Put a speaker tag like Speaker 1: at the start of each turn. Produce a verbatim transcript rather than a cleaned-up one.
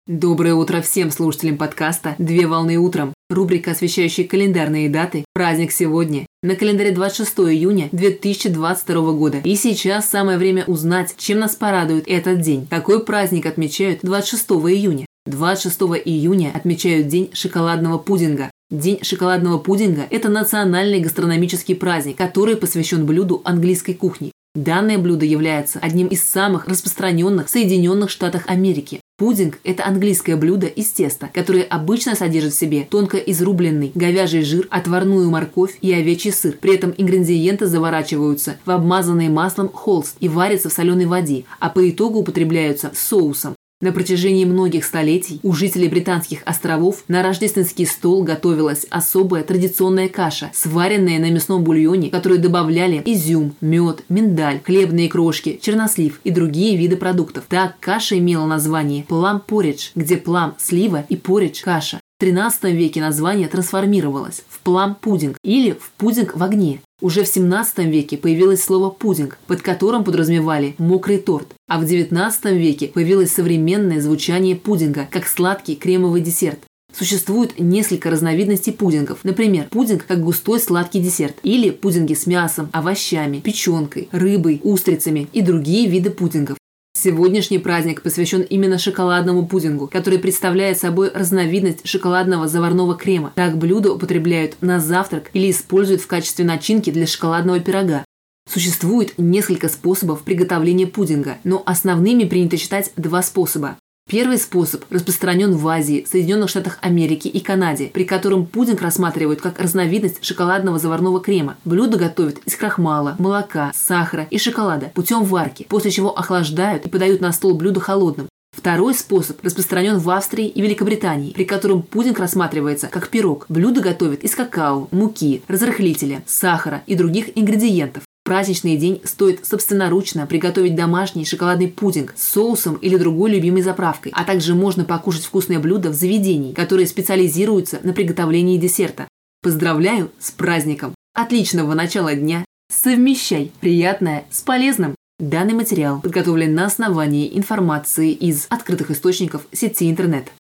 Speaker 1: Доброе утро всем слушателям подкаста «Две волны утром». Рубрика, освещающая календарные даты. Праздник сегодня. На календаре двадцать шестого июня две тысячи двадцать второго года. И сейчас самое время узнать, чем нас порадует этот день. Какой праздник отмечают двадцать шестого июня? двадцать шестого июня отмечают День шоколадного пудинга. День шоколадного пудинга – это национальный гастрономический праздник, который посвящен блюду английской кухни. Данное блюдо является одним из самых распространенных в Соединенных Штатах Америки. Пудинг – это английское блюдо из теста, которое обычно содержит в себе тонко изрубленный говяжий жир, отварную морковь и овечий сыр. При этом ингредиенты заворачиваются в обмазанный маслом холст и варятся в соленой воде, а по итогу употребляются с соусом. На протяжении многих столетий у жителей Британских островов на рождественский стол готовилась особая традиционная каша, сваренная на мясном бульоне, в которую добавляли изюм, мед, миндаль, хлебные крошки, чернослив и другие виды продуктов. Так каша имела название plum porridge, где plum – слива и porridge – каша. В тринадцатом веке название трансформировалось в плам-пудинг или в пудинг в огне. Уже в семнадцатом веке появилось слово «пудинг», под которым подразумевали мокрый торт, а в девятнадцатом веке появилось современное звучание пудинга, как сладкий кремовый десерт. Существует несколько разновидностей пудингов, например, пудинг как густой сладкий десерт, или пудинги с мясом, овощами, печенкой, рыбой, устрицами и другие виды пудингов. Сегодняшний праздник посвящен именно шоколадному пудингу, который представляет собой разновидность шоколадного заварного крема. Так блюдо употребляют на завтрак или используют в качестве начинки для шоколадного пирога. Существует несколько способов приготовления пудинга, но основными принято считать два способа. Первый способ распространен в Азии, Соединенных Штатах Америки и Канаде, при котором пудинг рассматривают как разновидность шоколадного заварного крема. Блюдо готовят из крахмала, молока, сахара и шоколада путем варки, после чего охлаждают и подают на стол блюдо холодным. Второй способ распространен в Австрии и Великобритании, при котором пудинг рассматривается как пирог. Блюдо готовят из какао, муки, разрыхлителя, сахара и других ингредиентов. В праздничный день стоит собственноручно приготовить домашний шоколадный пудинг с соусом или другой любимой заправкой, а также можно покушать вкусное блюдо в заведении, которые специализируются на приготовлении десерта. Поздравляю с праздником! Отличного начала дня! Совмещай приятное с полезным! Данный материал подготовлен на основании информации из открытых источников сети интернет.